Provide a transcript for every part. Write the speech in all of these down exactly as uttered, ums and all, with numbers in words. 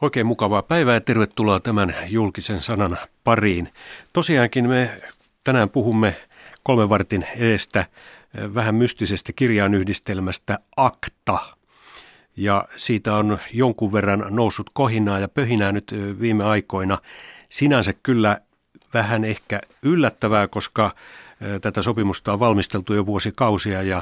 Oikein mukavaa päivää ja tervetuloa tämän julkisen sanan pariin. Tosiaankin me tänään puhumme kolmen vartin edestä vähän mystisestä kirjainyhdistelmästä ACTA. Ja siitä on jonkun verran noussut kohinaa ja pöhinää nyt viime aikoina. Sinänsä kyllä vähän ehkä yllättävää, koska tätä sopimusta on valmisteltu jo vuosikausia, ja,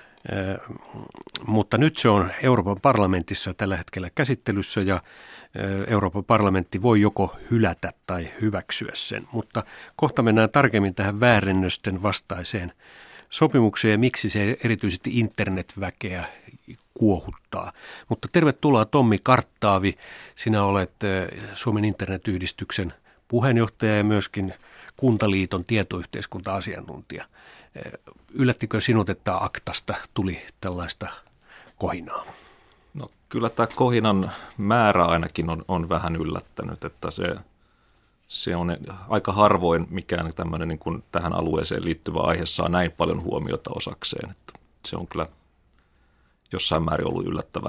mutta nyt se on Euroopan parlamentissa tällä hetkellä käsittelyssä ja Euroopan parlamentti voi joko hylätä tai hyväksyä sen. Mutta kohta mennään tarkemmin tähän väärennösten vastaiseen sopimukseen ja miksi se erityisesti internetväkeä kuohuttaa. Mutta tervetuloa Tommi Karttaavi. Sinä olet Suomen internetyhdistyksen puheenjohtaja ja myöskin Kuntaliiton tietoyhteiskunta-asiantuntija. Yllättikö sinut, että ACTasta tuli tällaista kohinaa? No kyllä tämä kohinan määrä ainakin on, on vähän yllättänyt, että se, se on aika harvoin mikään tämmöinen niin kuin tähän alueeseen liittyvä aihe saa näin paljon huomiota osakseen, että se on kyllä jossain määrin ollut yllättävää.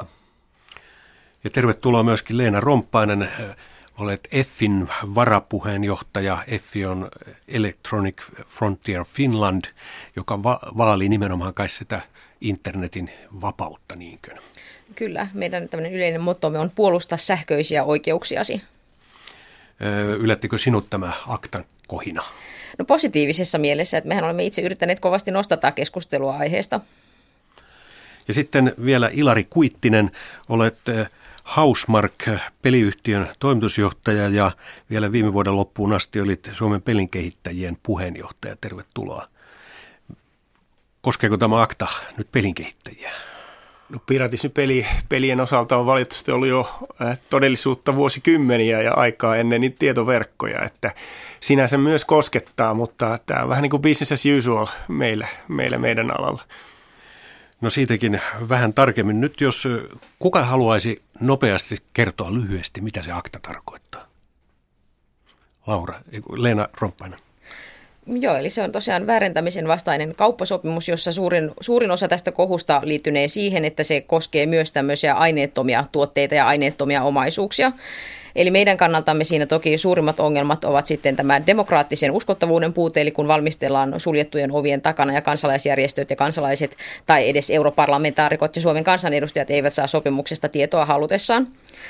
Ja tervetuloa myöskin Leena Romppainen. Olet E F Fin varapuheenjohtaja. E F I on Electronic Frontier Finland, joka va- vaalii nimenomaan kai sitä internetin vapautta, niinkö? Kyllä, meidän tämmöinen yleinen mottomme on puolustaa sähköisiä oikeuksiasi. Yllättikö sinut tämä ACTAn kohina? No positiivisessa mielessä, että mehän olemme itse yrittäneet kovasti nostaa keskustelua aiheesta. Ja sitten vielä Ilari Kuittinen, olet Housemarque-peliyhtiön toimitusjohtaja ja vielä viime vuoden loppuun asti olit Suomen pelinkehittäjien puheenjohtaja. Tervetuloa. Koskeeko tämä ACTA nyt pelinkehittäjiä? No piratismipeli, pelien osalta on valitettavasti ollut jo todellisuutta vuosikymmeniä ja aikaa ennen niitä tietoverkkoja, että sinänsä myös koskettaa, mutta tämä on vähän niin kuin business as usual meillä, meillä meidän alalla. No siitäkin vähän tarkemmin. Nyt jos kuka haluaisi nopeasti kertoa lyhyesti, mitä se ACTA tarkoittaa? Laura, Leena Romppainen. Joo, eli se on tosiaan väärentämisen vastainen kauppasopimus, jossa suurin, suurin osa tästä kohusta liittynee siihen, että se koskee myös tämmöisiä aineettomia tuotteita ja aineettomia omaisuuksia. Eli meidän kannaltamme siinä toki suurimmat ongelmat ovat sitten tämä demokraattisen uskottavuuden puute, eli kun valmistellaan suljettujen ovien takana ja kansalaisjärjestöt ja kansalaiset tai edes europarlamentaarikot ja Suomen kansanedustajat eivät saa sopimuksesta tietoa halutessaan.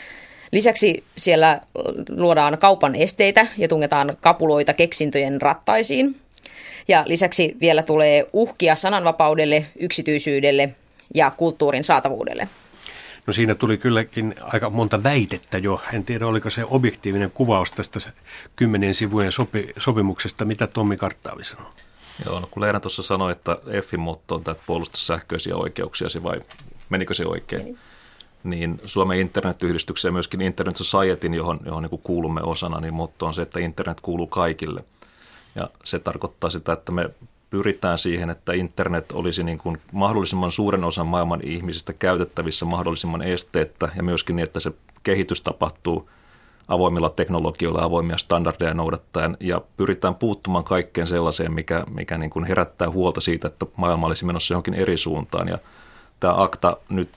Lisäksi siellä luodaan kaupan esteitä ja tungetaan kapuloita keksintöjen rattaisiin. Ja lisäksi vielä tulee uhkia sananvapaudelle, yksityisyydelle ja kulttuurin saatavuudelle. No siinä tuli kylläkin aika monta väitettä jo. En tiedä, oliko se objektiivinen kuvaus tästä kymmenien sivujen sopi, sopimuksesta. Mitä Tommi Karttaavi sanoo? Joo, no kun Leena tuossa sanoi, että E F Fin motto on tämä, että puolusta sähköisiä oikeuksiasi, vai menikö se oikein? Meni. Niin Suomen internetyhdistyksen ja myöskin Internet Societyn, johon, johon niin kuin kuulumme osana, niin motto on se, että internet kuuluu kaikille. Ja se tarkoittaa sitä, että me pyritään siihen, että internet olisi niin kuin mahdollisimman suuren osan maailman ihmisistä käytettävissä mahdollisimman esteettä ja myöskin niin, että se kehitys tapahtuu avoimilla teknologioilla, avoimia standardeja noudattaen ja pyritään puuttumaan kaikkeen sellaiseen, mikä, mikä niin kuin herättää huolta siitä, että maailma olisi menossa johonkin eri suuntaan. Ja tämä ACTA nyt,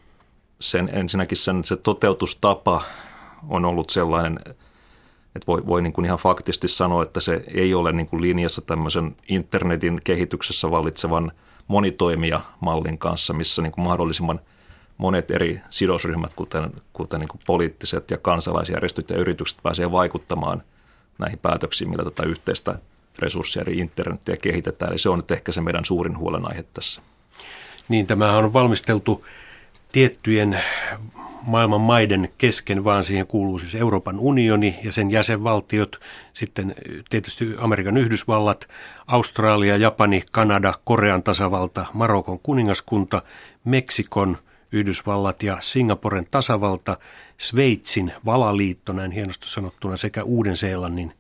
sen, ensinnäkin sen, se toteutustapa on ollut sellainen, että voi, voi niin kuin ihan faktisesti sanoa, että se ei ole niin kuin linjassa tämmöisen internetin kehityksessä vallitsevan monitoimijamallin kanssa, missä niin kuin mahdollisimman monet eri sidosryhmät, kuten, kuten niin kuin poliittiset ja kansalaisjärjestöt ja yritykset pääsee vaikuttamaan näihin päätöksiin, millä tätä yhteistä resurssia eli internetiä kehitetään. Eli se on nyt ehkä se meidän suurin huolenaihe tässä. Niin, tämä on valmisteltu tiettyjen maailman maiden kesken, vaan siihen kuuluu siis Euroopan unioni ja sen jäsenvaltiot, sitten tietysti Amerikan Yhdysvallat, Australia, Japani, Kanada, Korean tasavalta, Marokon kuningaskunta, Meksikon Yhdysvallat ja Singaporen tasavalta, Sveitsin valaliitto, näin hienosti sanottuna, sekä Uuden-Seelannin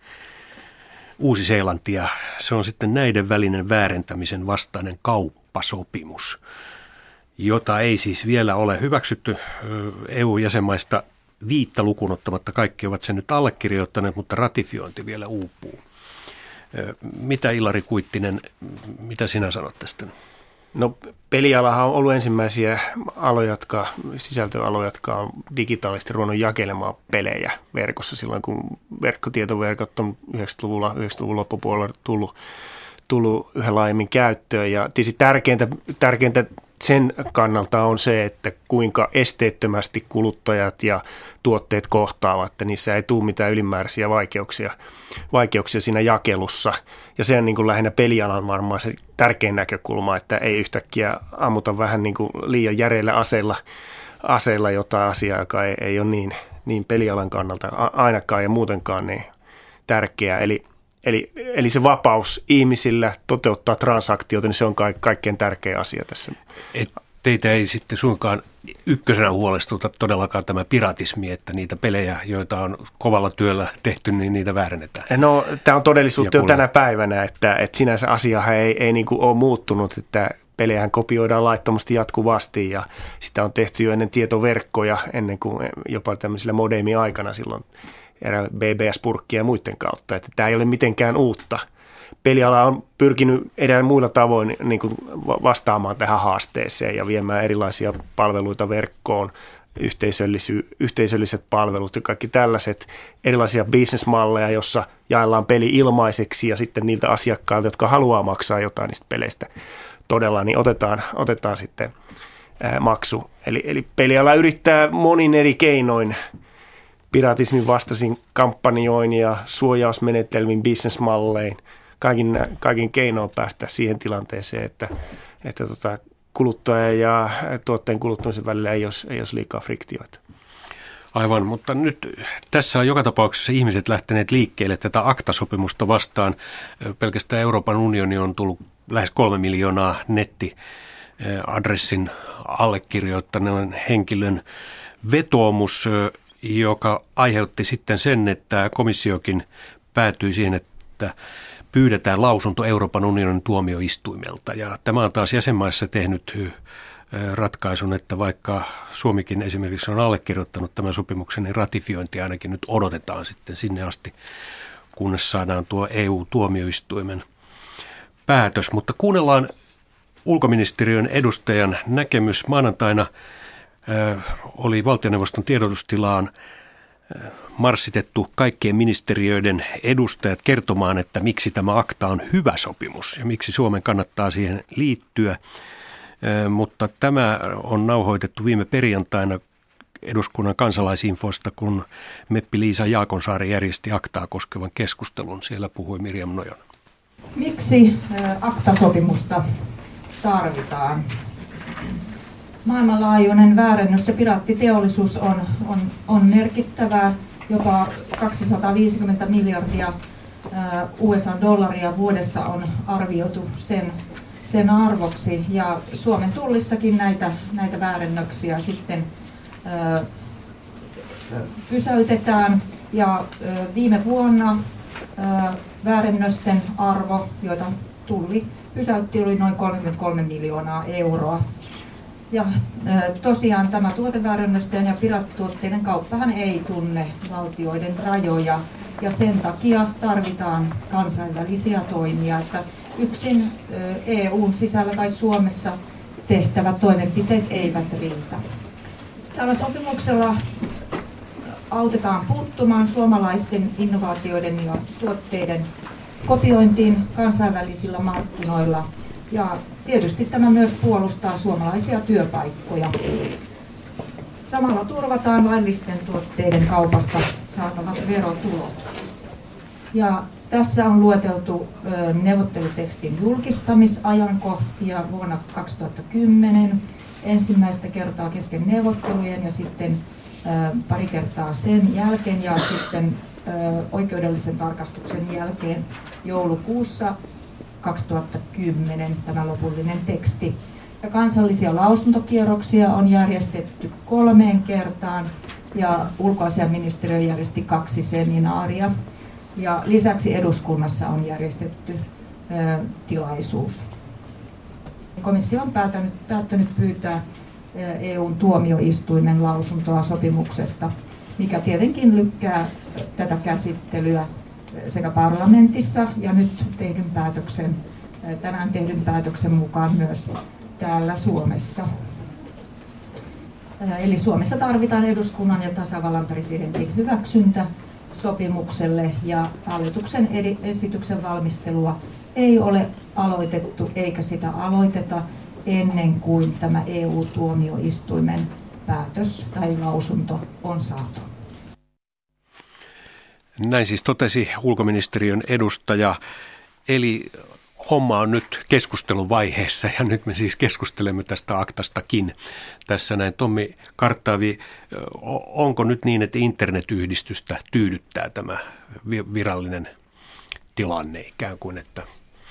Uusi-Seelanti, ja se on sitten näiden välinen väärentämisen vastainen kauppasopimus, jota ei siis vielä ole hyväksytty E U-jäsenmaista viittä lukuun ottamatta. Kaikki ovat sen nyt allekirjoittaneet, mutta ratifiointi vielä uupuu. Mitä Ilari Kuittinen, mitä sinä sanot tästä? No pelialahan on ollut ensimmäisiä aloja, jotka, sisältöaloja, jotka on digitaalisesti ruvennut jakelemaan pelejä verkossa silloin, kun verkkotietoverkot on yhdeksänkymmentäluvulla, yhdeksänkymmentäluvun loppupuolella tullut, tullut yhä laajemmin käyttöön. Ja tietysti tärkeintä, tärkeintä sen kannalta on se, että kuinka esteettömästi kuluttajat ja tuotteet kohtaavat, että niissä ei tule mitään ylimääräisiä vaikeuksia, vaikeuksia siinä jakelussa. Ja se on niin kuin lähinnä pelialan varmaan se tärkein näkökulma, että ei yhtäkkiä ammuta vähän niin kuin liian järeillä aseilla, aseilla jotain asiaa, joka ei, ei ole niin, niin pelialan kannalta ainakaan ja muutenkaan niin tärkeää. Eli Eli, eli se vapaus ihmisillä toteuttaa transaktioita, niin se on ka- kaikkein tärkein asia tässä. Et teitä ei sitten suinkaan ykkösenä huolestuta todellakaan tämä piratismi, että niitä pelejä, joita on kovalla työllä tehty, niin niitä väärennetään. No, tämä on todellisuutta jo tänä päivänä, että, että sinänsä asiahan ei, ei niin kuin ole muuttunut, että pelejähän kopioidaan laittomasti jatkuvasti ja sitä on tehty jo ennen tietoverkkoja, ennen kuin jopa tämmöisillä modeemi-aikana silloin erä B B S-purkkia ja muiden kautta, että tämä ei ole mitenkään uutta. Peliala on pyrkinyt edellä muilla tavoin niin kuin vastaamaan tähän haasteeseen ja viemään erilaisia palveluita verkkoon, yhteisöllisy, yhteisölliset palvelut ja kaikki tällaiset erilaisia bisnesmalleja, jossa jaellaan peli ilmaiseksi ja sitten niiltä asiakkailta, jotka haluaa maksaa jotain niistä peleistä todella, niin otetaan, otetaan sitten ää, maksu. Eli, eli peliala yrittää monin eri keinoin piratismin vastaisin kampanjoin ja suojausmenetelmin, bisnesmallein, kaikin, kaikin keinoin päästä siihen tilanteeseen, että, että tota, kuluttaja ja tuotteen kuluttamisen välillä ei olisi, ei olisi liikaa friktioita. Aivan, mutta nyt tässä on joka tapauksessa ihmiset lähteneet liikkeelle tätä ACTA-sopimusta vastaan. Pelkästään Euroopan unioni on tullut lähes kolme miljoonaa nettiadressin allekirjoittaneen henkilön vetoomus, joka aiheutti sitten sen, että komissiokin päätyi siihen, että pyydetään lausunto Euroopan unionin tuomioistuimelta. Ja tämä on taas jäsenmaissa tehnyt ratkaisun, että vaikka Suomikin esimerkiksi on allekirjoittanut tämän sopimuksen, niin ratifiointi ainakin nyt odotetaan sitten sinne asti, kunnes saadaan tuo E U-tuomioistuimen päätös. Mutta kuunnellaan ulkoministeriön edustajan näkemys. Maanantaina oli valtioneuvoston tiedotustilaan marssitettu kaikkien ministeriöiden edustajat kertomaan, että miksi tämä ACTA on hyvä sopimus ja miksi Suomen kannattaa siihen liittyä. Mutta tämä on nauhoitettu viime perjantaina eduskunnan kansalaisinfosta, kun meppi Liisa Jaakonsaari järjesti ACTAa koskevan keskustelun. Siellä puhui Mirjam Nojon. Miksi ACTA-sopimusta tarvitaan? Maailmanlaajuinen väärennös ja piraattiteollisuus on, on, on merkittävää. Jopa kaksisataaviisikymmentä miljardia U S A-dollaria vuodessa on arvioitu sen, sen arvoksi. Ja Suomen tullissakin näitä, näitä väärennöksiä sitten ää, pysäytetään. Ja ää, viime vuonna ää, väärennösten arvo, joita tulli pysäytti, oli noin kolmekymmentäkolme miljoonaa euroa. Ja tosiaan tämä tuoteväärennösten ja piraattituotteiden kauppahan ei tunne valtioiden rajoja ja sen takia tarvitaan kansainvälisiä toimia, että yksin E U:n sisällä tai Suomessa tehtävät toimenpiteet eivät riitä. Tällä sopimuksella autetaan puuttumaan suomalaisten innovaatioiden ja tuotteiden kopiointiin kansainvälisillä markkinoilla. Ja tietysti tämä myös puolustaa suomalaisia työpaikkoja. Samalla turvataan laillisten tuotteiden kaupasta saatavat verotulot. Ja tässä on lueteltu neuvottelutekstin julkistamisajankohtia vuonna kaksituhattakymmenen, ensimmäistä kertaa kesken neuvottelujen ja sitten pari kertaa sen jälkeen ja sitten oikeudellisen tarkastuksen jälkeen joulukuussa kaksituhattakymmenen tämä lopullinen teksti. Ja kansallisia lausuntokierroksia on järjestetty kolmeen kertaan ja ulkoasiainministeriö järjesti kaksi seminaaria. Ja lisäksi eduskunnassa on järjestetty ö, tilaisuus. Komissio on päätänyt, päättänyt pyytää E U:n tuomioistuimen lausuntoa sopimuksesta, mikä tietenkin lykkää tätä käsittelyä sekä parlamentissa ja nyt tehdyn päätöksen, tänään tehdyn päätöksen mukaan myös täällä Suomessa. Eli Suomessa tarvitaan eduskunnan ja tasavallan presidentin hyväksyntä sopimukselle ja hallituksen esityksen valmistelua ei ole aloitettu eikä sitä aloiteta ennen kuin tämä E U-tuomioistuimen päätös tai lausunto on saatu. Näin siis totesi ulkoministeriön edustaja. Eli homma on nyt keskusteluvaiheessa ja nyt me siis keskustelemme tästä aktastakin. Tässä näin Tommi Karttaavi, onko nyt niin, että internetyhdistystä tyydyttää tämä virallinen tilanne ikään kuin, että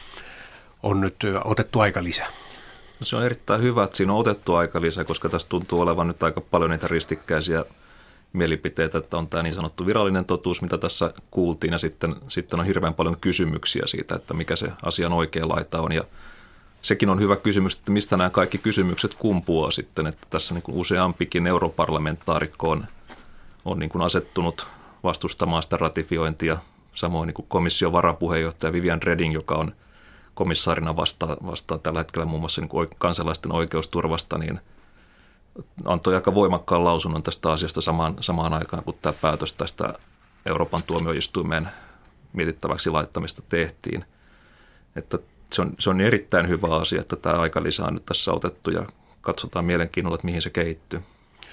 on nyt otettu aika lisää? No se on erittäin hyvä, että siinä on otettu aika lisää, koska tässä tuntuu olevan nyt aika paljon niitä ristikkäisiä mielipiteitä, että on tämä niin sanottu virallinen totuus, mitä tässä kuultiin, ja sitten, sitten on hirveän paljon kysymyksiä siitä, että mikä se asian oikea laita on, ja sekin on hyvä kysymys, että mistä nämä kaikki kysymykset kumpuaa sitten, että tässä niin kuin useampikin europarlamentaarikko on, on niin kuin asettunut vastustamaan sitä ratifiointia, samoin niin kuin komission varapuheenjohtaja Viviane Reding, joka on komissaarina vastaa, vastaa tällä hetkellä muun muassa niin kuin kansalaisten oikeusturvasta, niin antoi aika voimakkaan lausunnon tästä asiasta samaan, samaan aikaan, kun tämä päätös tästä Euroopan tuomioistuimeen mietittäväksi laittamista tehtiin. Että se on, se on erittäin hyvä asia, että tämä aikalisä on nyt tässä otettu ja katsotaan mielenkiinnolla, että mihin se kehittyy.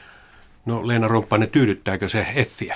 No Leena Romppainen, tyydyttääkö se EFiä?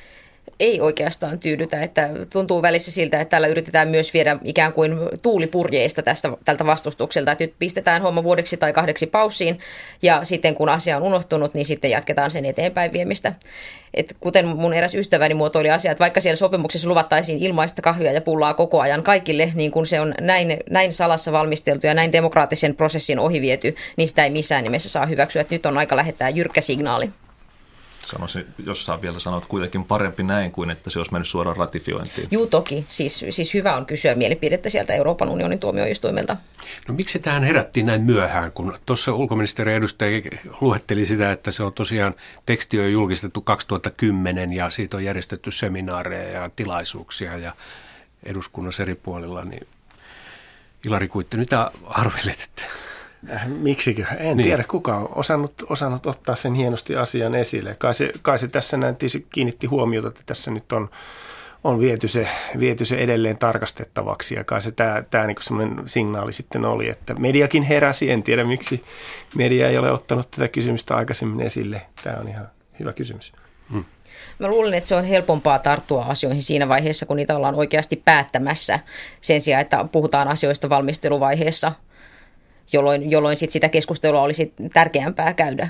Ei oikeastaan tyydytä, että tuntuu välissä siltä, että täällä yritetään myös viedä ikään kuin tuulipurjeista tästä, tältä vastustukselta, että nyt pistetään homma vuodeksi tai kahdeksi paussiin ja sitten kun asia on unohtunut, niin sitten jatketaan sen eteenpäin viemistä. Et kuten mun eräs ystäväni muotoili asiaa, että vaikka siellä sopimuksessa luvattaisiin ilmaista kahvia ja pullaa koko ajan kaikille, niin kun se on näin, näin salassa valmisteltu ja näin demokraattisen prosessin ohiviety, niin sitä ei missään nimessä saa hyväksyä, että nyt on aika lähettää jyrkkä signaali. Sanoisin, jos saa vielä sanoa, että kuitenkin parempi näin kuin, että se olisi mennyt suoraan ratifiointiin. Juu, toki. Siis, siis hyvä on kysyä mielipidettä sieltä Euroopan unionin tuomioistuimelta. No miksi tähän herättiin näin myöhään, kun tuossa ulkoministeriön edustaja luetteli sitä, että se on tosiaan, teksti on julkistettu kaksituhattakymmenen ja siitä on järjestetty seminaareja ja tilaisuuksia ja eduskunnassa eri puolilla, niin Ilari Kuitti, mitä arvelet, että... Miksikö? En niin. tiedä, kuka on osannut, osannut ottaa sen hienosti asian esille. Kai se, kai se tässä näin kiinnitti huomiota, että tässä nyt on, on viety, se, viety se edelleen tarkastettavaksi. Ja kai se tämä, tämä niin kuin semmoinen signaali sitten oli, että mediakin heräsi. En tiedä, miksi media ei ole ottanut tätä kysymystä aikaisemmin esille. Tämä on ihan hyvä kysymys. Hmm. Mä luulen, että se on helpompaa tarttua asioihin siinä vaiheessa, kun niitä ollaan oikeasti päättämässä sen sijaan, että puhutaan asioista valmisteluvaiheessa. jolloin, jolloin sit sitä keskustelua olisi tärkeämpää käydä.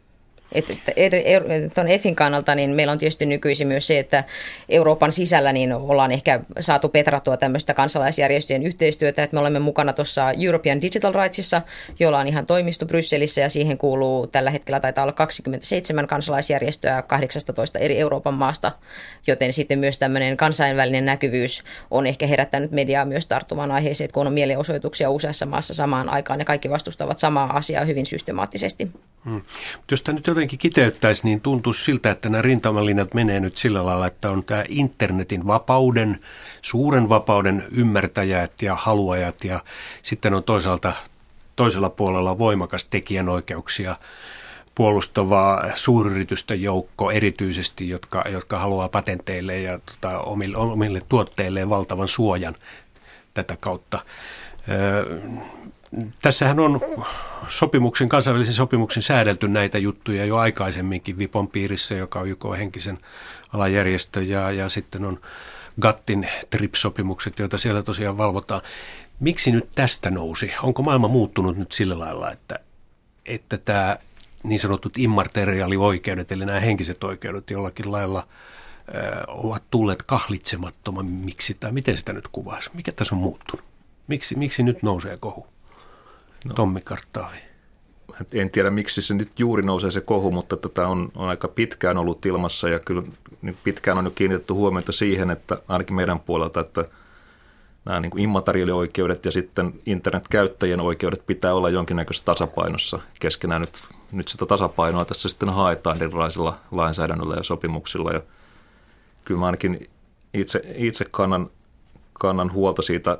Tuon EFin kannalta niin meillä on tietysti nykyisin myös se, että Euroopan sisällä niin ollaan ehkä saatu petrattua tämmöistä kansalaisjärjestöjen yhteistyötä, että me olemme mukana tuossa European Digital Rightsissa, jolla on ihan toimisto Brysselissä ja siihen kuuluu tällä hetkellä taitaa olla kaksikymmentäseitsemän kansalaisjärjestöä kahdeksastatoista eri Euroopan maasta, joten sitten myös tämmöinen kansainvälinen näkyvyys on ehkä herättänyt mediaa myös tarttumaan aiheeseen, että kun on mielenosoituksia useassa maassa samaan aikaan ja kaikki vastustavat samaa asiaa hyvin systemaattisesti. Hmm. Jos tämä nyt jotenkin kiteyttäisi, niin tuntuisi siltä, että nämä rintamalinjat menee nyt sillä lailla, että on tämä internetin vapauden, suuren vapauden ymmärtäjät ja haluajat ja sitten on toisaalta toisella puolella voimakas tekijänoikeuksia puolustavaa suuryritysten joukko erityisesti, jotka, jotka haluaa patenteille ja tota, omille, omille tuotteilleen valtavan suojan tätä kautta. Öö, Tässähän on sopimuksen, kansainvälisen sopimuksen säädelty näitä juttuja jo aikaisemminkin Vipon piirissä, joka on Y K:n henkisen alajärjestö, ja, ja sitten on GATTin T R I P S-sopimukset, joita siellä tosiaan valvotaan. Miksi nyt tästä nousi? Onko maailma muuttunut nyt sillä lailla, että, että tämä niin sanotut immateriaalioikeudet, eli nämä henkiset oikeudet jollakin lailla ö, ovat tulleet kahlitsemattomammiksi, tai miten sitä nyt kuvaisi? Mikä tässä on muuttunut? Miksi, miksi nyt nousee kohu? No, Tommi Karttaavi. En tiedä, miksi se nyt juuri nousee se kohu, mutta tätä on, on aika pitkään ollut ilmassa ja kyllä pitkään on jo kiinnitetty huomiota siihen, että ainakin meidän puolelta, että nämä niin kuin immateriaalioikeudet ja sitten internetkäyttäjien oikeudet pitää olla jonkinnäköisessä tasapainossa keskenään. Nyt, nyt sitä tasapainoa tässä sitten haetaan erilaisilla lainsäädännöllä ja sopimuksilla ja kyllä mä ainakin itse, itse kannan, kannan huolta siitä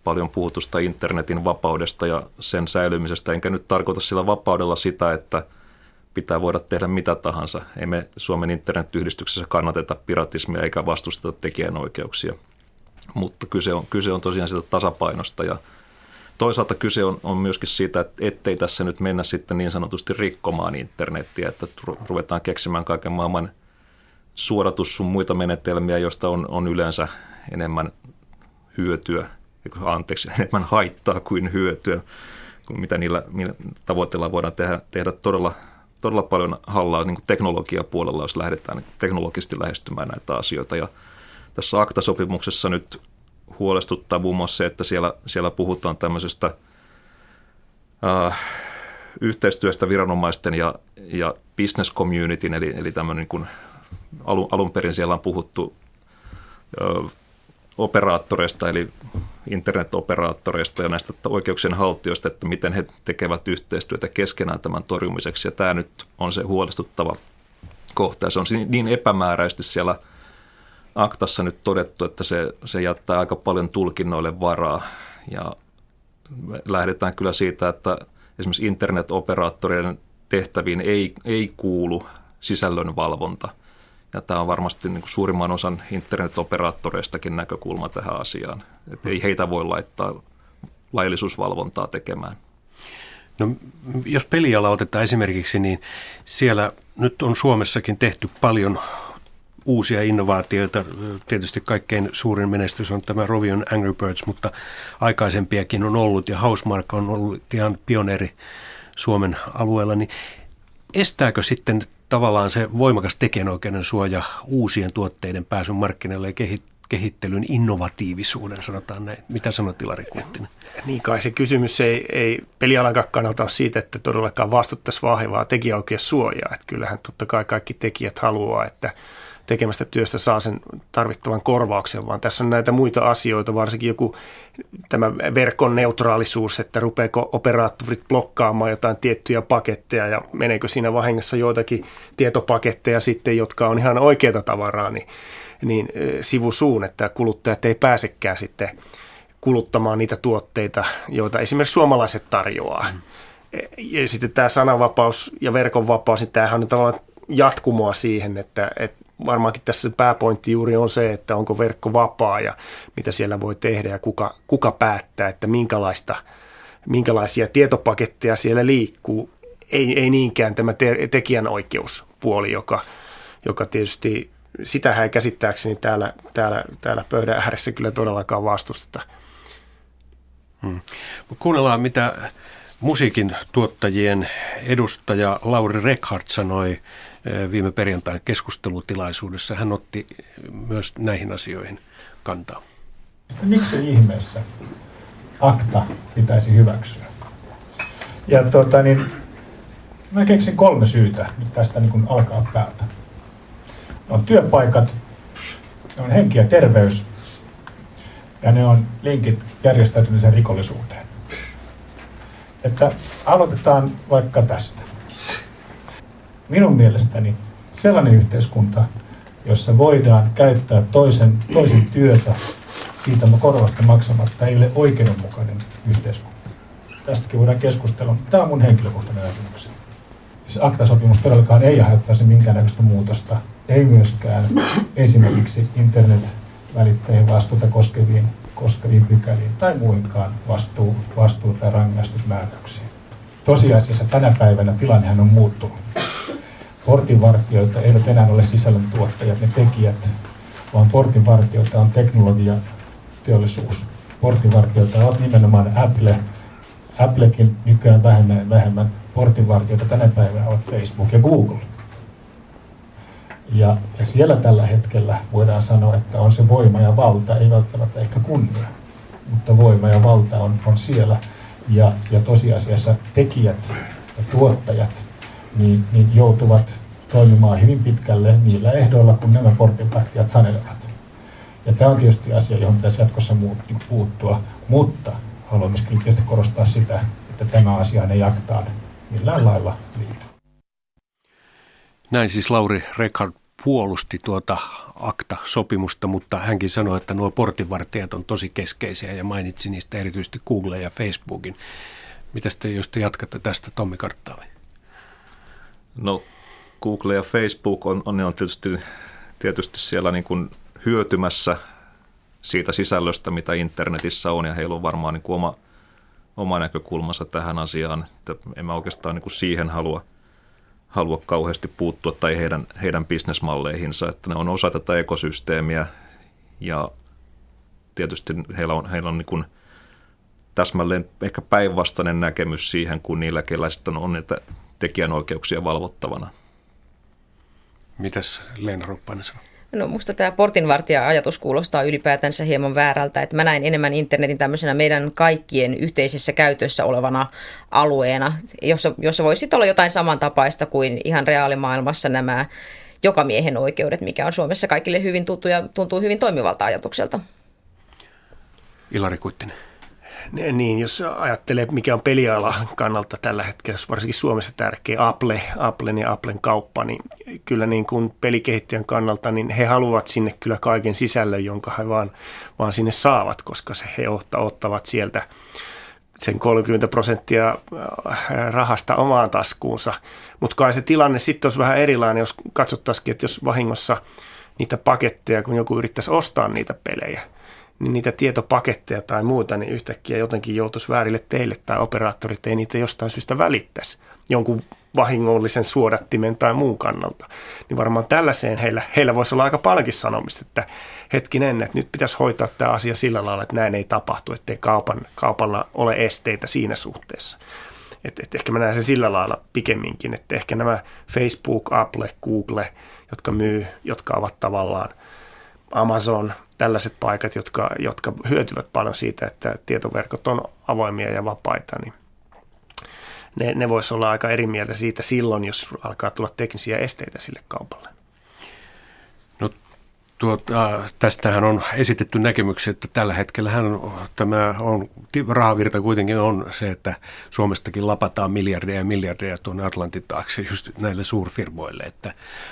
paljon puhutusta internetin vapaudesta ja sen säilymisestä. Enkä nyt tarkoita sillä vapaudella sitä, että pitää voida tehdä mitä tahansa. Ei me Suomen internetyhdistyksessä kannateta piratismia eikä vastusteta tekijänoikeuksia. Mutta kyse on, kyse on tosiaan sitä tasapainosta ja toisaalta kyse on, on myöskin siitä, että ettei tässä nyt mennä sitten niin sanotusti rikkomaan internettiä, että ruvetaan keksimään kaiken maailman suodatus sun muita menetelmiä, joista on, on yleensä enemmän hyötyä, anteeksi, enemmän haittaa kuin hyötyä, kuin mitä niillä, niillä tavoitteilla voidaan tehdä, tehdä todella, todella paljon hallaa niin kuin teknologiapuolella, jos lähdetään niin teknologisesti lähestymään näitä asioita. Ja tässä ACTA-sopimuksessa nyt huolestuttaa muun muassa se, että siellä, siellä puhutaan tämmöisestä äh, yhteistyöstä viranomaisten ja, ja business communityn, eli, eli tämmöinen niin kuin alun, alun perin siellä on puhuttu äh, operaattoreista, eli internetoperaattoreista ja näistä oikeuksien haltijoista, että miten he tekevät yhteistyötä keskenään tämän torjumiseksi. Ja tämä nyt on se huolestuttava kohta. Ja se on niin epämääräisesti siellä ACTassa nyt todettu, että se, se jättää aika paljon tulkinnoille varaa. Ja lähdetään kyllä siitä, että esimerkiksi internetoperaattorien tehtäviin ei, ei kuulu sisällön valvonta. Ja tämä on varmasti niin kuin suurimman osan internetoperaattoreistakin näkökulma tähän asiaan. Että ei heitä voi laittaa laillisuusvalvontaa tekemään. No, jos peliala otetaan esimerkiksi, niin siellä nyt on Suomessakin tehty paljon uusia innovaatioita. Tietysti kaikkein suurin menestys on tämä Rovion Angry Birds, mutta aikaisempiakin on ollut ja Housemarque on ollut ihan pioneeri Suomen alueella. Niin estääkö sitten tavallaan se voimakas tekijänoikeuden suoja uusien tuotteiden pääsyn markkinoille ja kehittelyn innovatiivisuuden, sanotaan näin. Mitä sanot, Ilari Kuuttinen? Niin kai se kysymys ei, ei pelialan kannalta ole siitä, että todellakaan vastuttaisi vahvaa tekijäoikeussuojaa. Että kyllähän totta kai kaikki tekijät haluaa, että tekemästä työstä saa sen tarvittavan korvauksen, vaan tässä on näitä muita asioita, varsinkin joku tämä verkon neutraalisuus, että rupeeko operaattorit blokkaamaan jotain tiettyjä paketteja ja meneekö siinä vahingossa joitakin tietopaketteja sitten, jotka on ihan oikeata tavaraa, niin, niin sivusuun, että kuluttajat ei pääsekään sitten kuluttamaan niitä tuotteita, joita esimerkiksi suomalaiset tarjoaa. Mm. Ja sitten tämä sananvapaus ja verkon vapaus, niin tämähän on tavallaan jatkumoa siihen, että, että varmaankin tässä pääpointti juuri on se, että onko verkko vapaa ja mitä siellä voi tehdä ja kuka, kuka päättää, että minkälaista, minkälaisia tietopaketteja siellä liikkuu. Ei, ei niinkään tämä te- tekijänoikeuspuoli, joka, joka tietysti, sitähän ei käsittääkseni täällä, täällä, täällä pöydän ääressä kyllä todellakaan vastusteta. Hmm. Kuunnellaan, mitä musiikin tuottajien edustaja Lauri Reckhardt sanoi viime perjantain keskustelutilaisuudessa. Hän otti myös näihin asioihin kantaa. Miksi ihmeessä ACTA pitäisi hyväksyä? Ja tuota, niin, mä keksin kolme syytä nyt tästä niin kuin alkaa päältä. Ne on työpaikat, ne on henki ja terveys ja ne on linkit järjestäytymisen rikollisuuteen. Että aloitetaan vaikka tästä. Minun mielestäni sellainen yhteiskunta, jossa voidaan käyttää toisen, toisen työtä siitä korvasta maksamatta, ei ole oikeudenmukainen yhteiskunta. Tästäkin voidaan keskustella, mutta tämä on mun henkilökohtainen näkemykseni. Siis ACTA-sopimus todellakaan ei aiheuttaisi minkäännäköistä muutosta, ei myöskään esimerkiksi internet-välittäjien vastuuta koskeviin, koskeviin pykäliin tai muinkaan vastuu, vastuu- tai rangaistusmääräyksiin. Tosiasiassa tänä päivänä tilannehan on muuttunut. Portinvartijoita eivät enää ole sisällöntuottajat, ne tekijät, vaan portinvartijoita on teknologia, teollisuus. Portinvartijoita ovat nimenomaan Apple. Applekin nykyään vähemmän ja vähemmän. Portinvartijoita tänä päivänä ovat Facebook ja Google. Ja, ja siellä tällä hetkellä voidaan sanoa, että on se voima ja valta, ei välttämättä ehkä kunnia, mutta voima ja valta on, on siellä. Ja, ja tosiasiassa tekijät ja tuottajat niin, niin joutuvat toimimaan hyvin pitkälle niillä ehdoilla, kun nämä portinvartijat sanelevat. Ja tämä on tietysti asia, johon pitäisi jatkossa puuttua, mutta haluan myös kyllä tietysti korostaa sitä, että tämä asia ei ACTAan millään lailla liity. Näin siis Lauri Reckhardt puolusti tuota ACTA-sopimusta, mutta hänkin sanoi, että nuo portinvartijat on tosi keskeisiä ja mainitsi niistä erityisesti Google ja Facebookin. Mitäs te, jos te jatkatte tästä, Tommi Karttaavi? No Google ja Facebook on, on, ne on tietysti, tietysti siellä niin kuin hyötymässä siitä sisällöstä, mitä internetissä on, ja heillä on varmaan niin kuin oma, oma näkökulmansa tähän asiaan. Että en mä oikeastaan niin kuin siihen halua, halua kauheasti puuttua tai heidän, heidän bisnesmalleihinsa, että ne on osa tätä ekosysteemiä, ja tietysti heillä on, heillä on niin kuin täsmälleen ehkä päinvastainen näkemys siihen, kun niillä, keillä sitten on niitä tekijänoikeuksia valvottavana. Mitäs Leena Roppainen sanoo? No musta tämä portinvartija-ajatus kuulostaa ylipäätänsä hieman väärältä, että mä näin enemmän internetin tämmöisenä meidän kaikkien yhteisessä käytössä olevana alueena, jossa, jossa voisi olla jotain samantapaista kuin ihan reaalimaailmassa nämä jokamiehen oikeudet, mikä on Suomessa kaikille hyvin tuttu ja tuntuu hyvin toimivalta ajatukselta. Ilari Kuittinen. Niin, jos ajattelee, mikä on pelialan kannalta tällä hetkellä, varsinkin Suomessa tärkeä Apple, Applen ja Applen kauppa, niin kyllä niin kuin pelikehittäjän kannalta, niin he haluavat sinne kyllä kaiken sisällön, jonka he vaan, vaan sinne saavat, koska se he ottavat sieltä sen kolmekymmentä prosenttia rahasta omaan taskuunsa. Mutta kai se tilanne sitten olisi vähän erilainen, jos katsottaisiin, että jos vahingossa niitä paketteja, kun joku yrittäisi ostaa niitä pelejä, niin niitä tietopaketteja tai muuta, niin yhtäkkiä jotenkin joutuisi väärille teille tai operaattorit ei niitä jostain syystä välittäisi jonkun vahingollisen suodattimen tai muun kannalta. Niin varmaan tällaiseen heillä, heillä voisi olla aika paljonkin sanomista, että hetkinen, että nyt pitäisi hoitaa tämä asia sillä lailla, että näin ei tapahtu, ettei kaupan, kaupalla ole esteitä siinä suhteessa. Et, et ehkä mä näen sen sillä lailla pikemminkin, että ehkä nämä Facebook, Apple, Google, jotka myy, jotka ovat tavallaan Amazon, tällaiset paikat, jotka, jotka hyötyvät paljon siitä, että tietoverkot on avoimia ja vapaita, niin ne, ne voisi olla aika eri mieltä siitä silloin, jos alkaa tulla teknisiä esteitä sille kaupalle. No tuota, tästähän on esitetty näkemyksiä, että tällä hetkellähän tämä on, rahavirta kuitenkin on se, että Suomestakin lapataan miljardeja ja miljardeja tuonne Atlantin taakse just näille suurfirmoille, että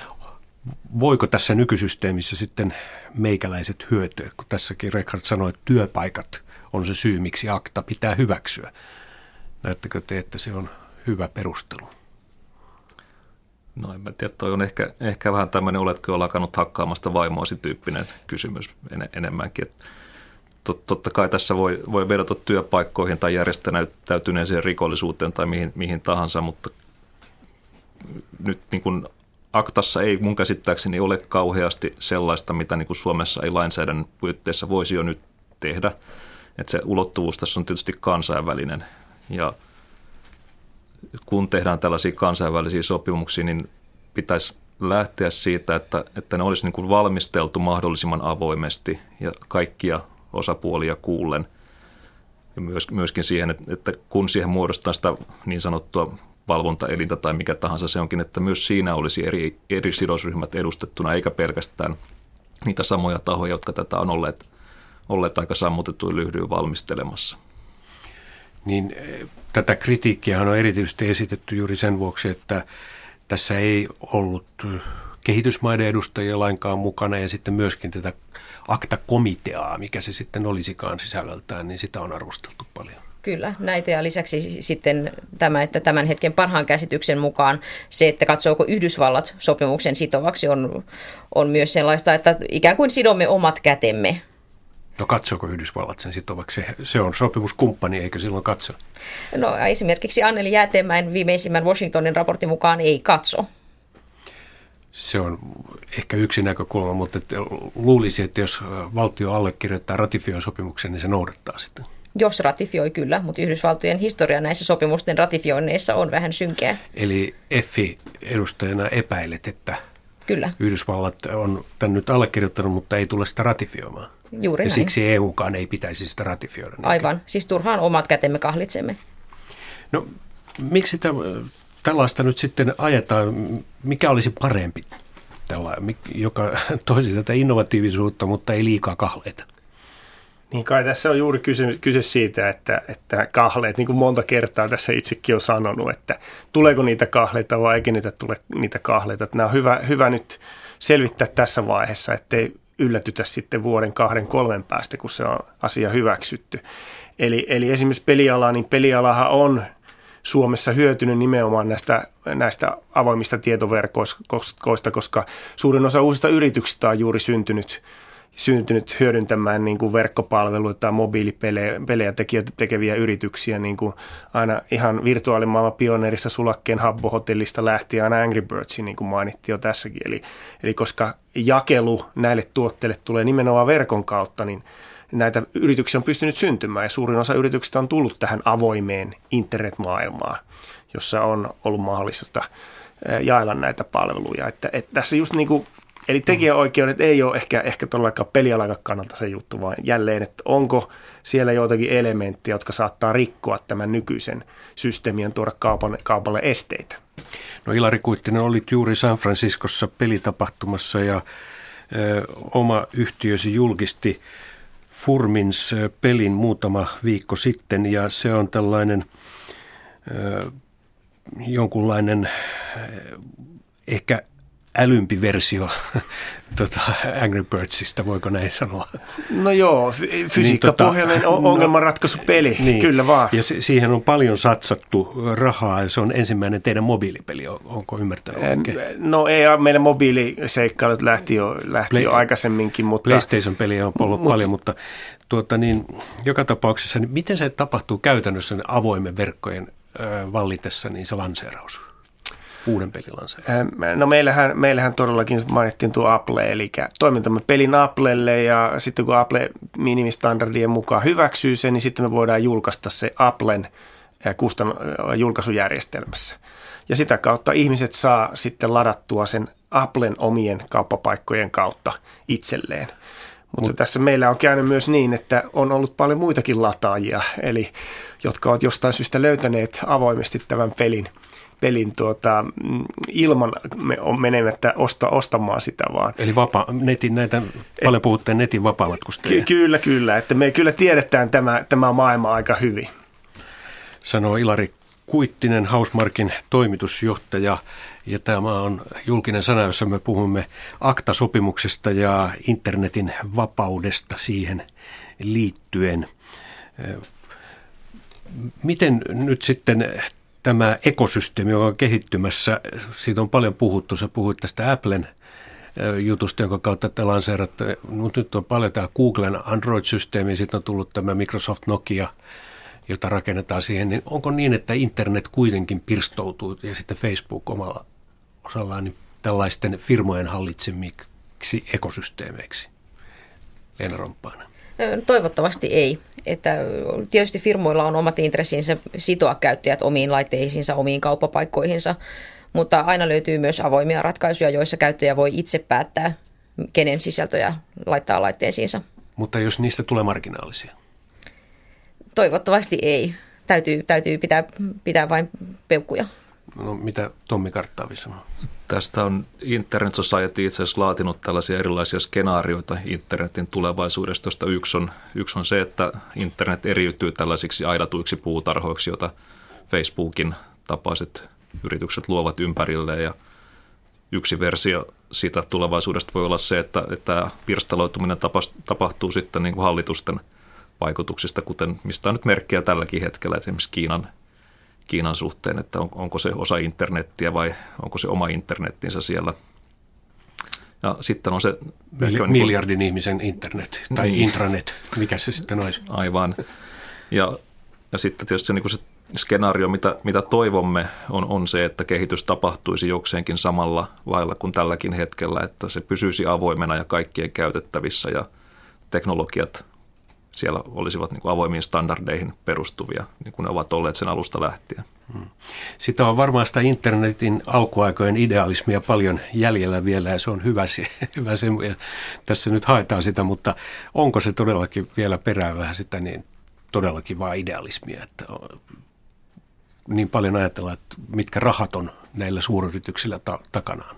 voiko tässä nykysysteemissä sitten meikäläiset hyötyä, kun tässäkin Richard sanoi, että työpaikat on se syy, miksi ACTA pitää hyväksyä. Näettekö te, että se on hyvä perustelu? No en mä tiedä, toi on ehkä, ehkä vähän tämmöinen, oletko jo lakannut hakkaamasta vaimoasi tyyppinen kysymys en, enemmänkin. Tot, totta kai tässä voi, voi vedota työpaikkoihin tai järjestäytyneeseen rikollisuuteen tai mihin, mihin tahansa, mutta nyt niin kuin ACTassa ei mun käsittääkseni ole kauheasti sellaista, mitä niin kuin Suomessa ei lainsäädännön puitteissa voisi jo nyt tehdä. Että se ulottuvuus tässä on tietysti kansainvälinen. Ja kun tehdään tällaisia kansainvälisiä sopimuksia, niin pitäisi lähteä siitä, että, että ne olisi niin kuin valmisteltu mahdollisimman avoimesti ja kaikkia osapuolia kuullen. Ja myös, myöskin siihen, että, että kun siihen muodostaa sitä niin sanottua valvontaelintä tai mikä tahansa se onkin, että myös siinä olisi eri, eri sidosryhmät edustettuna, eikä pelkästään niitä samoja tahoja, jotka tätä on olleet, olleet aika sammutetuin lyhdyin valmistelemassa. Niin tätä kritiikkiä on erityisesti esitetty juuri sen vuoksi, että tässä ei ollut kehitysmaiden edustajia lainkaan mukana ja sitten myöskin tätä ACTA-komiteaa, mikä se sitten olisikaan sisällöltään, niin sitä on arvosteltu paljon. Kyllä, näitä ja lisäksi sitten tämä, että tämän hetken parhaan käsityksen mukaan se, että katsooko Yhdysvallat sopimuksen sitovaksi on, on myös sellaista, että ikään kuin sidomme omat kätemme. No katsoako Yhdysvallat sen sitovaksi? Se on sopimuskumppani, eikö silloin katso? No esimerkiksi Anneli Jäätemäen viimeisimmän Washingtonin raportin mukaan ei katso. Se on ehkä yksi näkökulma, mutta luulisi, että jos valtio allekirjoittaa ratifioi sopimuksen, niin se noudattaa sitä. Jos ratifioi kyllä, mutta Yhdysvaltojen historia näissä sopimusten ratifioinneissa on vähän synkeä. Eli F I-edustajana epäilet, että kyllä. Yhdysvallat on tämän nyt allekirjoittanut, mutta ei tule sitä ratifioimaan. Juuri ja näin. Siksi E U:kaan ei pitäisi sitä ratifioida. Aivan, siis turhaan omat kätemme kahlitsemme. No miksi tämä, tällaista nyt sitten ajetaan? Mikä olisi parempi, tällainen, joka toisi tätä innovatiivisuutta, mutta ei liikaa kahleita? Niin kai tässä on juuri kyse, kyse siitä, että, että kahleet, niin kuin monta kertaa tässä itsekin on sanonut, että tuleeko niitä kahleita vai eikö niitä tule niitä kahleita. Että nämä on hyvä, hyvä nyt selvittää tässä vaiheessa, ettei yllätytä sitten vuoden, kahden, kolmen päästä, kun se on asia hyväksytty. Eli, eli esimerkiksi peliala, niin pelialahan on Suomessa hyötynyt nimenomaan näistä, näistä avoimista tietoverkoista, koska suurin osa uusista yrityksistä on juuri syntynyt, syntynyt hyödyntämään niin kuin verkkopalveluita tai mobiilipelejä tekeviä yrityksiä, niin kuin aina ihan virtuaalimaailman pioneerista Sulakkeen Habbo-hotellista lähtien aina Angry Birdsiin, niin kuin mainittiin jo tässäkin. Eli, eli koska jakelu näille tuotteille tulee nimenomaan verkon kautta, niin näitä yrityksiä on pystynyt syntymään ja suurin osa yrityksistä on tullut tähän avoimeen internetmaailmaan, jossa on ollut mahdollista jaella näitä palveluja. Että, että tässä just niin kuin, eli tekijäoikeudet ei ole ehkä, ehkä todellakaan pelialan kannalta se juttu, vaan jälleen, että onko siellä joitakin elementtejä, jotka saattaa rikkoa tämän nykyisen systeemien tuoda kaupan, kaupalle esteitä. No Ilari Kuittinen, olit juuri San Franciscossa pelitapahtumassa ja ö, oma yhtiösi julkisti Furmins-pelin muutama viikko sitten, ja se on tällainen ö, jonkunlainen ö, ehkä älympi versio tota, Angry Birdsista, voiko näin sanoa? No joo, f- fysiikkapohjainen niin, tota, ongelmanratkaisupeli, niin, kyllä vaan. Ja se, siihen on paljon satsattu rahaa, ja se on ensimmäinen teidän mobiilipeli, onko ymmärtänyt oikein? No ei, meidän mobiiliseikkailut lähti jo, lähti Play, jo aikaisemminkin, mutta... PlayStation-peliä on ollut mut, paljon, mutta tuota, niin, joka tapauksessa, niin miten se tapahtuu käytännössä avoimen verkkojen ö, vallitessa, niin se lanseeraus? Uuden pelin lanseeraus? No meillähän, meillähän todellakin mainittiin tuo Apple, eli toimintamme pelin Applelle, ja sitten kun Apple minimistandardien mukaan hyväksyy sen, niin sitten me voidaan julkaista se Applen kustan julkaisujärjestelmässä. Ja sitä kautta ihmiset saa sitten ladattua sen Applen omien kauppapaikkojen kautta itselleen. Mutta Mut. tässä meillä on käynyt myös niin, että on ollut paljon muitakin lataajia, eli jotka ovat jostain syystä löytäneet avoimesti tämän pelin. pelin tuota, ilman menemättä osta, ostamaan sitä vaan. Eli vapaa, netin, näitä paljon puhuttiin netin vapaamatkustajia. Ky- kyllä, kyllä. Että me kyllä tiedetään tämä, tämä maailma aika hyvin. Sanoo Ilari Kuittinen, Housemarquin toimitusjohtaja. Ja tämä on julkinen sana, jossa me puhumme akta-sopimuksesta ja internetin vapaudesta siihen liittyen. Miten nyt sitten tämä ekosysteemi, joka on kehittymässä, siitä on paljon puhuttu. Sä puhuit tästä Applen jutusta, jonka kautta te lanseeratte, mutta nyt on paljon tämä Googlen Android-systeemi, sitten on tullut tämä Microsoft Nokia, jota rakennetaan siihen. Niin onko niin, että internet kuitenkin pirstoutuu ja sitten Facebook omalla osallaan niin tällaisten firmojen hallitsemiksi ekosysteemeiksi? Leena Romppainen. Toivottavasti ei. Että tietysti firmoilla on omat intressinsä sitoa käyttäjät omiin laitteisiinsa, omiin kauppapaikkoihinsa, mutta aina löytyy myös avoimia ratkaisuja, joissa käyttäjä voi itse päättää, kenen sisältöjä laittaa laitteisiinsa. Mutta jos niistä tulee marginaalisia? Toivottavasti ei. Täytyy, täytyy pitää, pitää vain peukkuja. No mitä Tommi Karttaavi sanoo? Tästä on Internet Society itse asiassa laatinut tällaisia erilaisia skenaarioita internetin tulevaisuudesta, josta yksi on, yksi on se, että internet eriytyy tällaisiksi aidatuiksi puutarhoiksi, joita Facebookin tapaiset yritykset luovat ympärilleen. Ja yksi versio siitä tulevaisuudesta voi olla se, että, että pirstaloituminen tapahtuu sitten niin kuin hallitusten vaikutuksista, kuten mistä on nyt merkkejä tälläkin hetkellä, esimerkiksi Kiinan Kiinan suhteen, että on, onko se osa internettiä vai onko se oma internettinsä siellä. Ja sitten on se... Mil- miljardin niin ihmisen internet tai niin. intranet, mikä se sitten olisi. Aivan. Ja, ja sitten tietysti se, niin kuin se skenaario, mitä, mitä toivomme, on, on se, että kehitys tapahtuisi jokseenkin samalla lailla kuin tälläkin hetkellä, että se pysyisi avoimena ja kaikkien käytettävissä ja teknologiat siellä olisivat niin kuin avoimiin standardeihin perustuvia, niin kuin ne ovat olleet sen alusta lähtien. Sitä on varmaan sitä internetin alkuaikojen idealismia paljon jäljellä vielä, ja se on hyvä se, hyvä se ja tässä nyt haetaan sitä, mutta onko se todellakin vielä perää vähän sitä niin todellakin vaan idealismia, että niin paljon ajatellaan, että mitkä rahat on näillä suuryrityksillä ta- takanaan.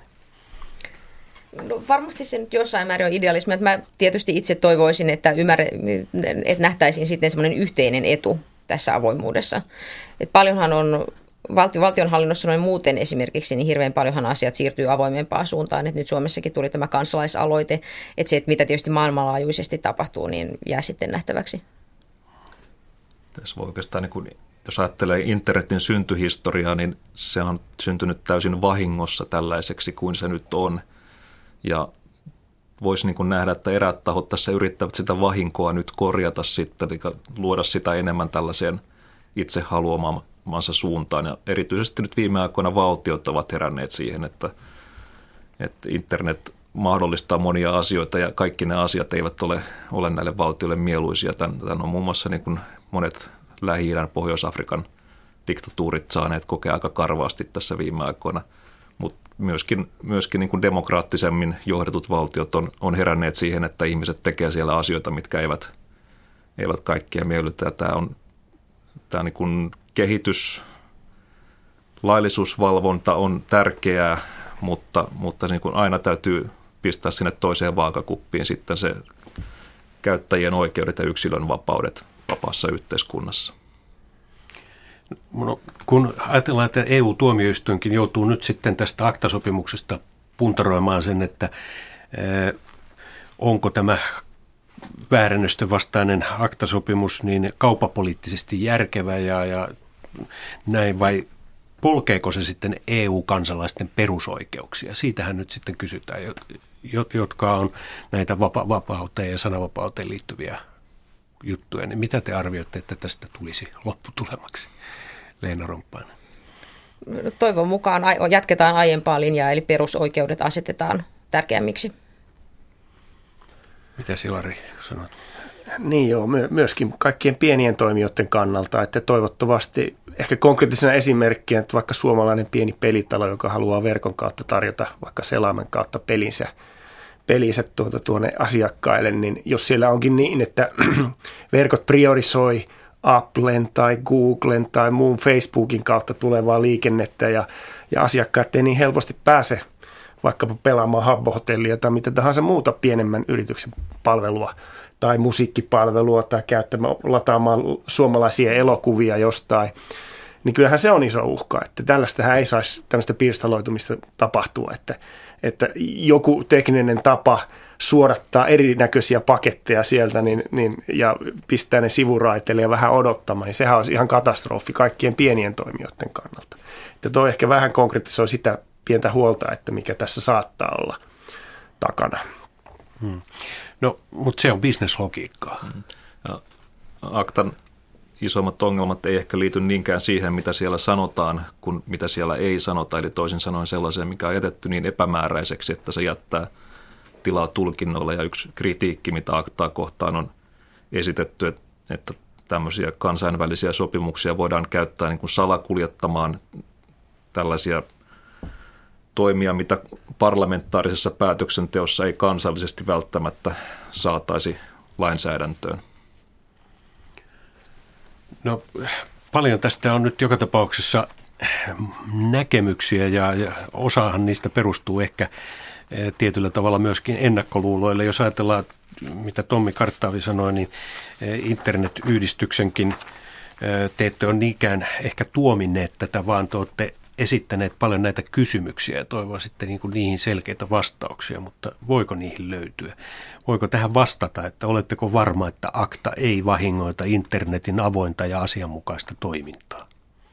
No, varmasti se nyt jossain määrin on idealismi, että mä tietysti itse toivoisin, että, ymmärre, että nähtäisiin sitten semmoinen yhteinen etu tässä avoimuudessa. Et paljonhan on valti, valtionhallinnossa noin muuten esimerkiksi, niin hirveän paljonhan asiat siirtyy avoimempaan suuntaan. Että nyt Suomessakin tuli tämä kansalaisaloite, että se, että mitä tietysti maailmanlaajuisesti tapahtuu, niin jää sitten nähtäväksi. Tässä voi oikeastaan, niin kun, jos ajattelee internetin syntyhistoriaa, niin se on syntynyt täysin vahingossa tällaiseksi kuin se nyt on. Ja voisi niin kuin nähdä, että eräät tahot tässä yrittävät sitä vahinkoa nyt korjata sitten, eli luoda sitä enemmän tällaiseen itse haluamansa suuntaan. Ja erityisesti nyt viime aikoina valtiot ovat heränneet siihen, että, että internet mahdollistaa monia asioita ja kaikki ne asiat eivät ole, ole näille valtioille mieluisia. Tämän, tämän on muun muassa niin kuin monet Lähi-idän, Pohjois-Afrikan diktatuurit saaneet kokea aika karvaasti tässä viime aikoina. Mutta myöskin, myöskin niin kuin demokraattisemmin johdetut valtiot on, on heränneet siihen, että ihmiset tekevät siellä asioita, mitkä eivät, eivät kaikkia miellytä. Tämä on, tämä niin kuin kehitys, laillisuusvalvonta on tärkeää, mutta, mutta niin kuin aina täytyy pistää sinne toiseen vaakakuppiin sitten se käyttäjien oikeudet ja yksilön vapaudet vapaassa yhteiskunnassa. No, kun ajatellaan, että E U-tuomioistuinkin joutuu nyt sitten tästä akta-sopimuksesta puntaroimaan sen, että eh, onko tämä väärennösten vastainen akta-sopimus niin kauppapoliittisesti järkevä ja, ja näin, vai polkeeko se sitten E U-kansalaisten perusoikeuksia? Siitähän nyt sitten kysytään, jotka on näitä vapa- vapauteen ja sananvapauteen liittyviä juttuja. Niin mitä te arvioitte, että tästä tulisi lopputulemaksi? Leena Romppainen. Toivon mukaan jatketaan aiempaa linjaa, eli perusoikeudet asetetaan tärkeämmiksi. Mitä Silari sanot? Niin joo, myöskin kaikkien pienien toimijoiden kannalta, että toivottavasti ehkä konkreettisena esimerkkinä, että vaikka suomalainen pieni pelitalo, joka haluaa verkon kautta tarjota vaikka selaimen kautta pelinsä, pelinsä tuota tuonne asiakkaille, niin jos siellä onkin niin, että verkot priorisoi Applen tai Googlen tai muun Facebookin kautta tulevaa liikennettä ja, ja asiakkaat ei niin helposti pääse vaikkapa pelaamaan Habbo-hotellia tai mitä tahansa muuta pienemmän yrityksen palvelua tai musiikkipalvelua tai käyttämään, lataamaan suomalaisia elokuvia jostain, niin kyllähän se on iso uhka, että tällaistähän ei saisi tämmöistä pirstaloitumista tapahtua, että, että joku tekninen tapa suodattaa erinäköisiä paketteja sieltä niin, niin, ja pistää ne sivuraiteille ja vähän odottamaan, niin sehän on ihan katastrofi kaikkien pienien toimijoiden kannalta. Että toi ehkä vähän konkreettisoi sitä pientä huolta, että mikä tässä saattaa olla takana. Hmm. No, mutta se on bisneslogiikkaa. Hmm. Ja Aktan isommat ongelmat ei ehkä liity niinkään siihen, mitä siellä sanotaan, kuin mitä siellä ei sanota. Eli toisin sanoen sellaiseen, mikä on jätetty niin epämääräiseksi, että se jättää tilaa tulkinnoille. Ja yksi kritiikki, mitä Aktaa kohtaan on esitetty, että tämmöisiä kansainvälisiä sopimuksia voidaan käyttää niin kuin salakuljettamaan tällaisia toimia, mitä parlamentaarisessa päätöksenteossa ei kansallisesti välttämättä saataisi lainsäädäntöön. No, paljon tästä on nyt joka tapauksessa näkemyksiä ja, ja osahan niistä perustuu ehkä tietyllä tavalla myöskin ennakkoluuloille. Jos ajatellaan, mitä Tommi Karttaavi sanoi, niin internetyhdistyksenkin te ette ole niinkään ehkä tuominneet tätä, vaan te olette esittäneet paljon näitä kysymyksiä ja toivoa sitten niin kuin niihin selkeitä vastauksia, mutta voiko niihin löytyä? Voiko tähän vastata, että oletteko varma, että Akta ei vahingoita internetin avointa ja asianmukaista toimintaa?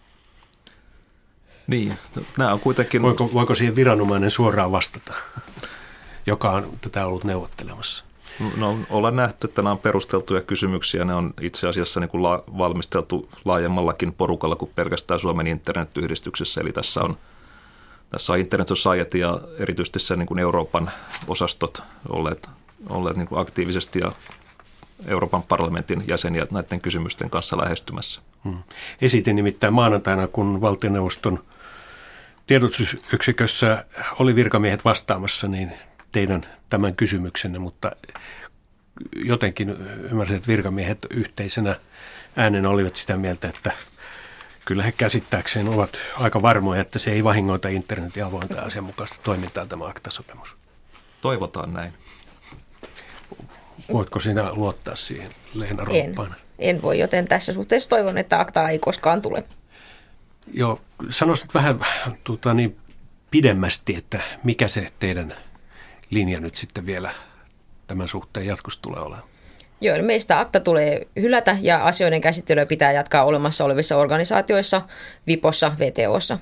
Niin, nämä on kuitenkin... Voiko, voiko siihen viranomainen suoraan vastata, joka on tätä ollut neuvottelemassa? No, ollaan nähty, että nämä on perusteltuja kysymyksiä. Ne on itse asiassa niin kuin la- valmisteltu laajemmallakin porukalla kuin pelkästään Suomen internetyhdistyksessä. Eli tässä on, tässä on Internet Society ja erityisesti se niin kuin Euroopan osastot olleet, olleet niin kuin aktiivisesti ja Euroopan parlamentin jäseniä näiden kysymysten kanssa lähestymässä. Hmm. Esitin nimittäin maanantaina, kun valtioneuvoston tiedotusyksikössä oli virkamiehet vastaamassa, niin teidän tämän kysymyksenne, mutta jotenkin ymmärsin, että virkamiehet yhteisenä äänenä olivat sitä mieltä, että kyllä he käsittääkseen ovat aika varmoja, että se ei vahingoita internetin avointa ja asianmukaista toimintaa tämä akta-sopimus. Toivotaan näin. Voitko sinä luottaa siihen, Leena Romppainen? En, en voi, joten tässä suhteessa toivon, että aktaa ei koskaan tule. Joo, sanoisit vähän tuota, niin, pidemmästi, että mikä se teidän linja nyt sitten vielä tämän suhteen jatkossa tulee olemaan? Joo, eli meistä akta tulee hylätä ja asioiden käsittelyä pitää jatkaa olemassa olevissa organisaatioissa, VIPossa, V T O:ssa.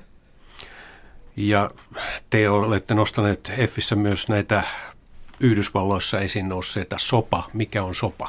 Ja te olette nostaneet EFissä myös näitä Yhdysvalloissa esiin nousseita SOPA. Mikä on SOPA?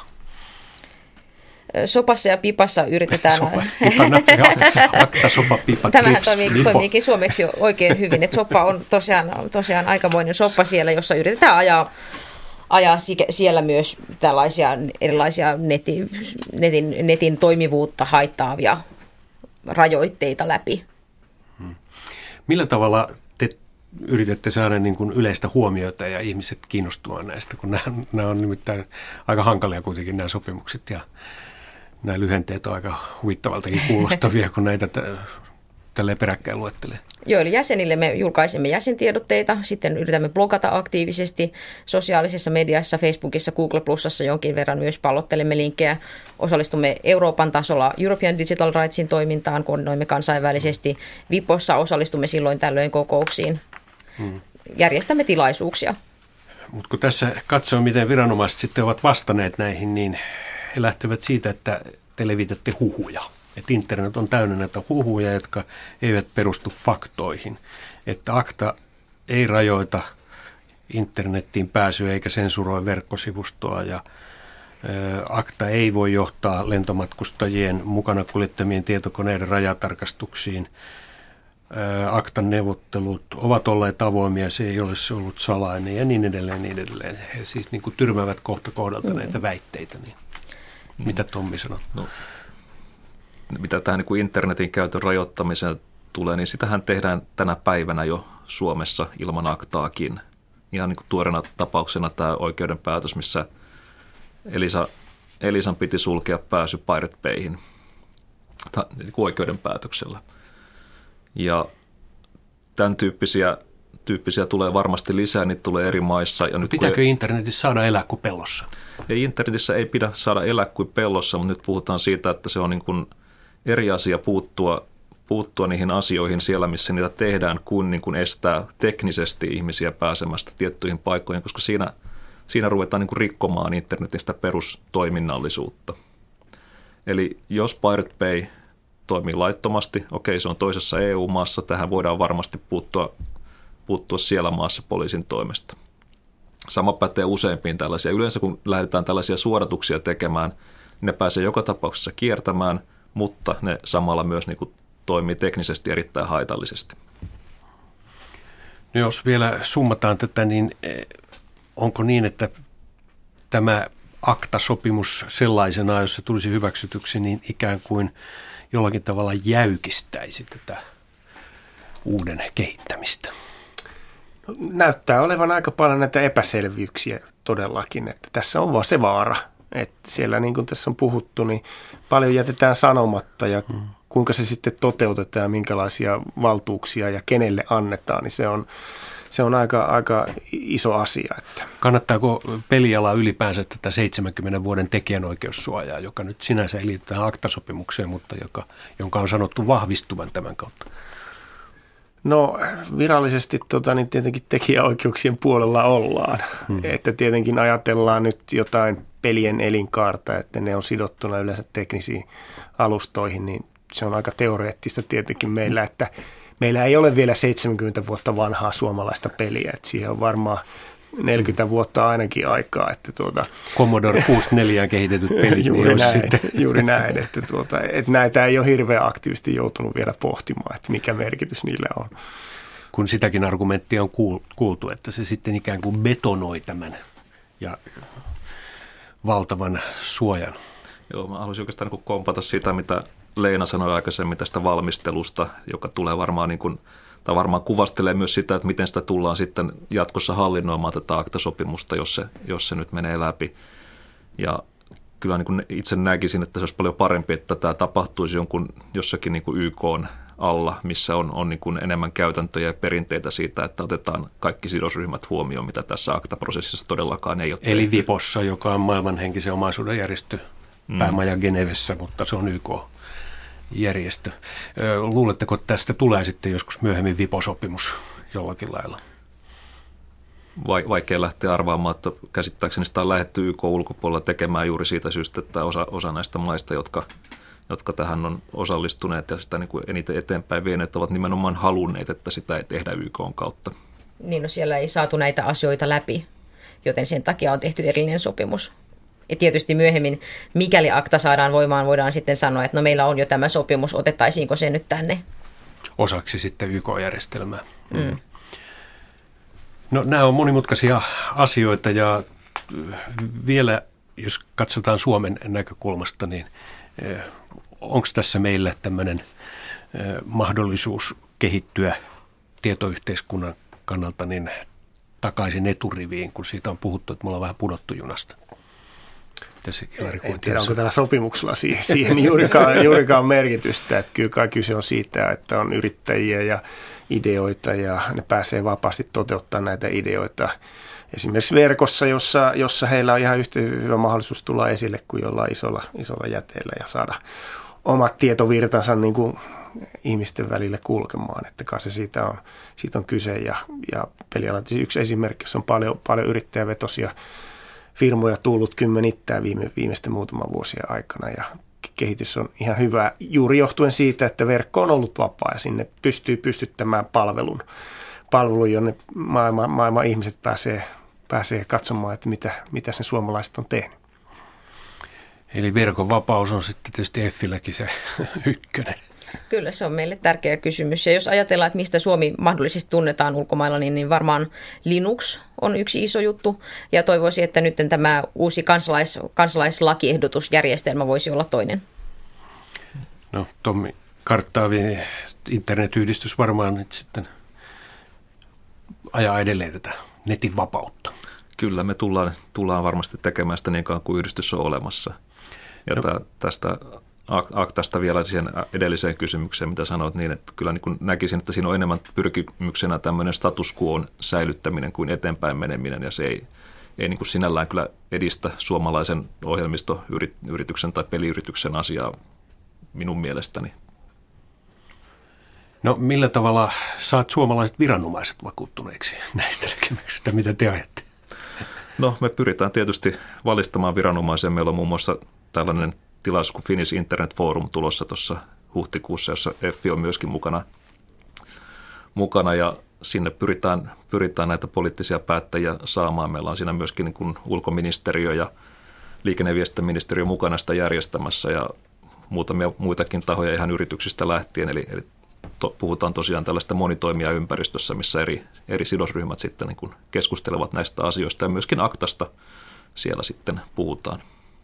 Sopassa ja pipassa yritetään... Sopa, pipana, akta, sopa, pipa, Tämähän toimii, toimiikin suomeksi oikein hyvin, että soppa on tosiaan, tosiaan aikamoinen soppa siellä, jossa yritetään ajaa, ajaa siellä myös tällaisia erilaisia netin, netin, netin toimivuutta haittaavia rajoitteita läpi. Hmm. Millä tavalla te yritätte saada niin kuin yleistä huomiota ja ihmiset kiinnostumaan näistä, kun nämä, nämä on nimittäin aika hankalia kuitenkin nämä sopimukset ja nämä lyhenteet on aika huvittavaltakin kuulostavia, kun näitä t- tälleen peräkkäin luettelee. Joo, eli jäsenille me julkaisemme jäsentiedotteita, sitten yritämme blogata aktiivisesti sosiaalisessa mediassa, Facebookissa, Google Plusassa jonkin verran myös pallottelemme linkkejä. Osallistumme Euroopan tasolla European Digital Rightsin toimintaan, koordinoimme kansainvälisesti. VIPossa osallistumme silloin tällöin kokouksiin, hmm. järjestämme tilaisuuksia. Mutta kun tässä katsoo, miten viranomaiset sitten ovat vastanneet näihin, niin he lähtevät siitä, että te levitätte huhuja. Että internet on täynnä näitä huhuja, jotka eivät perustu faktoihin. Että akta ei rajoita internettiin pääsyä eikä sensuroi verkkosivustoa ja ä, akta ei voi johtaa lentomatkustajien mukana kuljettamien tietokoneiden rajatarkastuksiin. Ä, aktan neuvottelut ovat olleet avoimia, se ei olisi ollut salainen ja niin edelleen, niin edelleen. He siis niin kuin tyrmäävät kohta kohdalta mm. näitä väitteitä. Niin. Mitä Tommi sanoo? No, mitä tähän niin kuin internetin käytön rajoittamiseen tulee, niin sitähän tehdään tänä päivänä jo Suomessa ilman aktaakin. Ihan niin kuin tuoreena tapauksena tämä oikeudenpäätös, missä Elisa, Elisan piti sulkea pääsy Pirate Bayhin niin kuin oikeudenpäätöksellä. Ja tämän tyyppisiä, tyyppisiä tulee varmasti lisää, niitä tulee eri maissa. Ja nyt pitääkö ei, internetissä saada elää kuin pellossa? Ei, internetissä ei pidä saada elää kuin pellossa, mutta nyt puhutaan siitä, että se on niin kuin eri asia puuttua, puuttua niihin asioihin siellä, missä niitä tehdään, kuin, niin kuin estää teknisesti ihmisiä pääsemästä tiettyihin paikkoihin, koska siinä, siinä ruvetaan niin kuin rikkomaan internetistä perustoiminnallisuutta. Eli jos Pirate Bay toimii laittomasti, okei, se on toisessa E U-maassa, tähän voidaan varmasti puuttua, puuttua siellä maassa poliisin toimesta. Sama pätee useimpiin tällaisia. Yleensä kun lähdetään tällaisia suodatuksia tekemään, niin ne pääsee joka tapauksessa kiertämään, mutta ne samalla myös niin kuin toimii teknisesti erittäin haitallisesti. No jos vielä summataan tätä, niin onko niin, että tämä akta-sopimus sellaisena, jos se tulisi hyväksytyksi, niin ikään kuin jollakin tavalla jäykistäisi tätä uuden kehittämistä? No, näyttää olevan aika paljon näitä epäselvyyksiä todellakin, että tässä on vaan se vaara, että siellä niin kuin tässä on puhuttu, niin paljon jätetään sanomatta ja hmm. kuinka se sitten toteutetaan, minkälaisia valtuuksia ja kenelle annetaan, niin se on, se on aika, aika iso asia. Että. Kannattaako pelialaa ylipäänsä tätä seitsemänkymmenen vuoden tekijänoikeussuojaa, joka nyt sinänsä ei liity tähän aktasopimukseen, mutta joka, jonka on sanottu vahvistuvan tämän kautta? No virallisesti tota, niin tietenkin tekijäoikeuksien puolella ollaan, hmm. että tietenkin ajatellaan nyt jotain pelien elinkaarta, että ne on sidottuna yleensä teknisiin alustoihin, niin se on aika teoreettista tietenkin meillä, että meillä ei ole vielä seitsemänkymmentä vuotta vanhaa suomalaista peliä, että siihen on varmaan neljäkymmentä vuotta ainakin aikaa. Että tuota, Commodore kuusikymmentäneljä kehitetyt pelit. juuri, niin näin, sitten. juuri näin, että, tuota, että näitä ei ole hirveän aktiivisesti joutunut vielä pohtimaan, että mikä merkitys niillä on. Kun sitäkin argumenttia on kuultu, että se sitten ikään kuin betonoi tämän ja valtavan suojan. Joo, mä haluaisin oikeastaan niin kompata sitä, mitä Leena sanoi aikaisemmin tästä valmistelusta, joka tulee varmaan, niin kuin, tai varmaan kuvastelee myös sitä, että miten sitä tullaan sitten jatkossa hallinnoimaan tätä aktasopimusta, jos se, jos se nyt menee läpi. Ja kyllä niin kuin itse näkisin, että se olisi paljon parempi, että tämä tapahtuisi jonkun jossakin niin kuin Y K:n alla, missä on, on niin kuin enemmän käytäntöjä ja perinteitä siitä, että otetaan kaikki sidosryhmät huomioon, mitä tässä aktaprosessissa todellakaan ei ole tehty. Eli VIPossa, joka on maailmanhenkisen omaisuuden järjestö, mm. päämaja Genevessä, mutta se on Y K. järjestö. Luuletteko, että tästä tulee sitten joskus myöhemmin viposopimus jollakin lailla? Vaikea lähteä arvaamaan, että käsittääkseni sitä on lähdetty Y K ulkopuolella tekemään juuri siitä syystä, että osa, osa näistä maista, jotka, jotka tähän on osallistuneet ja sitä niin kuin eniten eteenpäin vieneet, ovat nimenomaan halunneet, että sitä ei tehdä Y K:n kautta. Niin, no siellä ei saatu näitä asioita läpi, joten sen takia on tehty erillinen sopimus. Ja tietysti myöhemmin, mikäli akta saadaan voimaan, voidaan sitten sanoa, että no meillä on jo tämä sopimus, otettaisiinko se nyt tänne? Osaksi sitten Y K-järjestelmää. Mm. No nämä on monimutkaisia asioita ja vielä, jos katsotaan Suomen näkökulmasta, niin onko tässä meillä tämmöinen mahdollisuus kehittyä tietoyhteiskunnan kannalta niin takaisin eturiviin, kun siitä on puhuttu, että me ollaan vähän pudottu junasta? En tiedä, onko tällä sopimuksella siihen, siihen juurikaan, juurikaan merkitystä. Että kyllä kai kyse on siitä, että on yrittäjiä ja ideoita ja ne pääsee vapaasti toteuttamaan näitä ideoita. Esimerkiksi verkossa, jossa, jossa heillä on ihan yhtä hyvä mahdollisuus tulla esille kuin jollain isolla, isolla jäteellä ja saada omat tietovirtansa niin kuin ihmisten välille kulkemaan. Että kai se siitä on, siitä on kyse ja, ja pelialan yksi esimerkki, jossa on paljon, paljon yrittäjävetosia firmoja tullut kymmenittäin viime, viimeisten muutaman vuosien aikana ja kehitys on ihan hyvä juuri johtuen siitä, että verkko on ollut vapaa ja sinne pystyy pystyttämään palvelun, palvelun jonne maailman, maailman ihmiset pääsee, pääsee katsomaan, että mitä, mitä sen suomalaiset on tehnyt. Eli verkon vapaus on sitten tietysti Effilläkin se ykkönen. Kyllä, se on meille tärkeä kysymys. Ja jos ajatellaan, että mistä Suomi mahdollisesti tunnetaan ulkomailla, niin, niin varmaan Linux on yksi iso juttu. Ja toivoisin, että nyt tämä uusi kansalais, kansalaislakiehdotusjärjestelmä voisi olla toinen. No Tommi Karttaavi, internetyhdistys varmaan nyt sitten ajaa edelleen tätä netin vapautta. Kyllä, me tullaan, tullaan varmasti tekemään sitä niin kauan kuin yhdistys on olemassa. Ja no. tästä aktasta vielä siihen edelliseen kysymykseen, mitä sanoit, niin että kyllä niin kuin näkisin, että siinä on enemmän pyrkimyksenä tämmöinen status quoon säilyttäminen kuin eteenpäin meneminen, ja se ei, ei niin kuin sinällään kyllä edistä suomalaisen ohjelmistoyrityksen tai peliyrityksen asiaa minun mielestäni. No millä tavalla saat suomalaiset viranomaiset vakuuttuneiksi näistä näkemyksistä, mitä te ajatte? No me pyritään tietysti valistamaan viranomaisia. Meillä on muun muassa tällainen tilaisuus kuin Finnish Internet Forum tulossa tuossa huhtikuussa, jossa F I on myöskin mukana, mukana ja sinne pyritään, pyritään näitä poliittisia päättäjiä saamaan. Meillä on siinä myöskin niin kuin ulkoministeriö ja liikenne- ja viestintäministeriö mukana sitä järjestämässä ja muutamia muitakin tahoja ihan yrityksistä lähtien. Eli, eli to, puhutaan tosiaan tällaista monitoimijaympäristössä, missä eri, eri sidosryhmät sitten niin kuin keskustelevat näistä asioista ja myöskin aktasta siellä sitten puhutaan.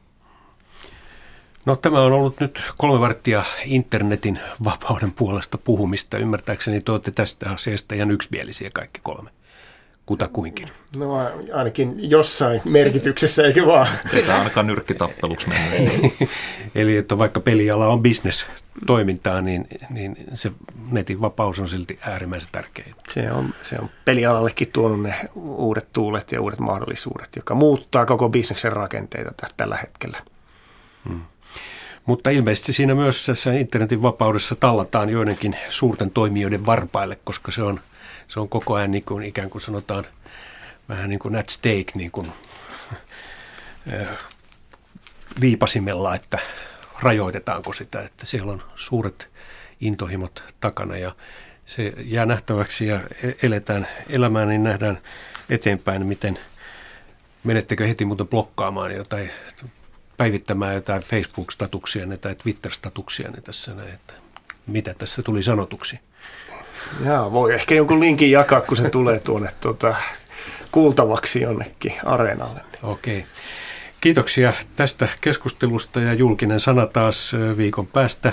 No tämä on ollut nyt kolme varttia internetin vapauden puolesta puhumista. Ymmärtääkseni te olette tästä asiasta ihan yksimielisiä kaikki kolme, kutakuinkin. No ainakin jossain merkityksessä, eikö vaan? Eikä ainakaan nyrkkitappeluksi mennä. Eli että vaikka peliala on business-toimintaa, niin, niin se netin vapaus on silti äärimmäisen tärkeä. Se on, se on pelialallekin tuonut ne uudet tuulet ja uudet mahdollisuudet, joka muuttaa koko bisneksen rakenteita tällä hetkellä. Hmm. Mutta ilmeisesti siinä myös tässä internetin vapaudessa tallataan joidenkin suurten toimijoiden varpaille, koska se on, se on koko ajan niin kuin, ikään kuin sanotaan vähän niin kuin at stake niin kuin, äh, viipasimella, että rajoitetaanko sitä, että siellä on suuret intohimot takana ja se jää nähtäväksi ja eletään elämään, niin nähdään eteenpäin, miten menettekö heti muuten blokkaamaan jotain, päivittämään jotain Facebook-statuksia tai Twitter-statuksia tässä näin, että mitä tässä tuli sanotuksi. Jaa, voi ehkä jonkun linkin jakaa, kun se tulee tuonne tuota, kuultavaksi jonnekin areenalle. Okei. Kiitoksia tästä keskustelusta ja julkinen sana taas viikon päästä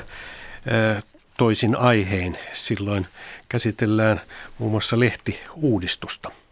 toisin aihein. Silloin käsitellään muun muassa lehtiuudistusta.